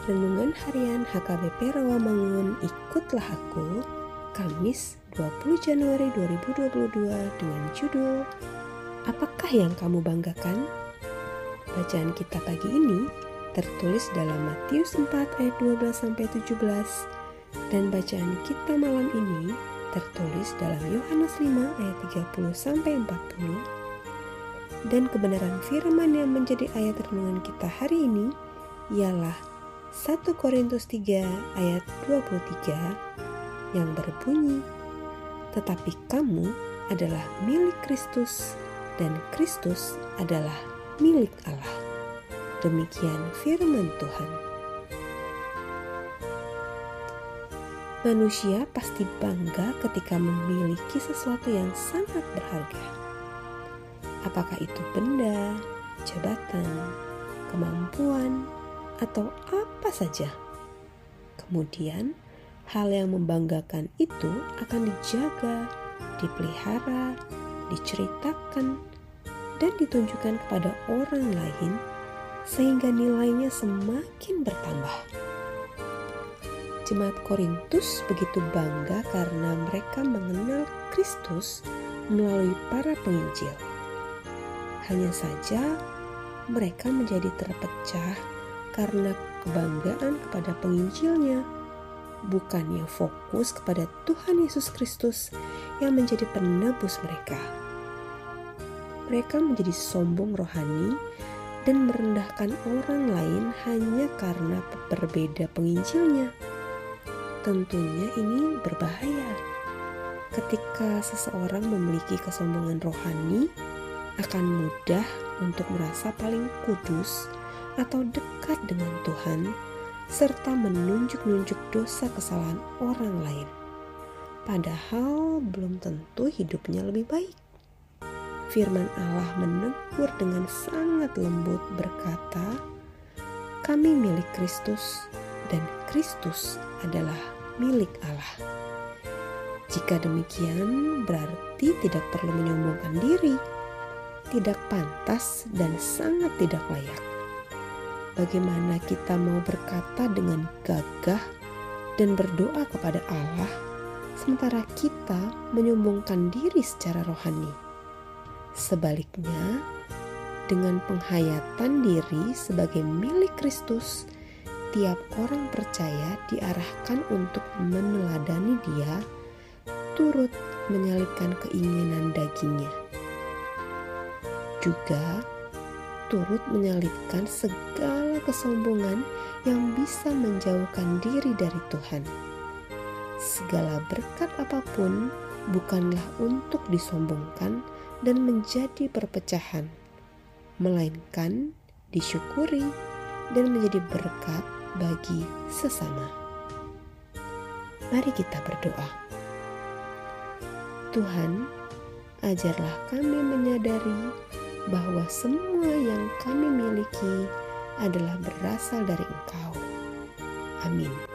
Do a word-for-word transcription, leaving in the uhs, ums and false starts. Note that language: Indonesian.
Renungan Harian H K B P Rawamangun, Ikutlah Aku, Kamis dua puluh Januari dua ribu dua puluh dua dengan judul Apakah yang kamu banggakan? Bacaan kita pagi ini tertulis dalam Matius empat ayat dua belas sampai tujuh belas dan bacaan kita malam ini tertulis dalam Yohanes lima ayat tiga puluh sampai empat puluh. Dan kebenaran firman yang menjadi ayat renungan kita hari ini ialah satu Korintus tiga ayat dua puluh tiga yang berbunyi, tetapi kamu adalah milik Kristus dan Kristus adalah milik Allah. Demikian firman Tuhan. Manusia pasti bangga ketika memiliki sesuatu yang sangat berharga. Apakah itu benda, jabatan, kemampuan, atau apa saja. Kemudian, hal yang membanggakan itu akan dijaga, dipelihara, diceritakan, dan ditunjukkan kepada orang lain sehingga nilainya semakin bertambah. Jemaat Korintus begitu bangga karena mereka mengenal Kristus melalui para penginjil. Hanya saja mereka menjadi terpecah karena kebanggaan kepada penginjilnya, bukannya fokus kepada Tuhan Yesus Kristus yang menjadi penebus mereka. Mereka menjadi sombong rohani dan merendahkan orang lain hanya karena berbeda penginjilnya. Tentunya ini berbahaya. Ketika seseorang memiliki kesombongan rohani, akan mudah untuk merasa paling kudus atau dekat dengan Tuhan, serta menunjuk-nunjuk dosa kesalahan orang lain. Padahal belum tentu hidupnya lebih baik. Firman Allah menegur dengan sangat lembut berkata, kami milik Kristus dan Kristus adalah milik Allah. Jika demikian, berarti tidak perlu menyombongkan diri, tidak pantas dan sangat tidak layak. Bagaimana kita mau berkata dengan gagah dan berdoa kepada Allah, sementara kita menyombongkan diri secara rohani? Sebaliknya, dengan penghayatan diri sebagai milik Kristus, tiap orang percaya diarahkan untuk meneladani Dia, turut menyalibkan keinginan dagingnya. Juga turut menyalibkan segala kesombongan yang bisa menjauhkan diri dari Tuhan. Segala berkat apapun bukanlah untuk disombongkan dan menjadi perpecahan, melainkan disyukuri dan menjadi berkat bagi sesama. Mari kita berdoa. Tuhan, ajarlah kami menyadari bahwa semua yang kami miliki adalah berasal dari Engkau. Amin.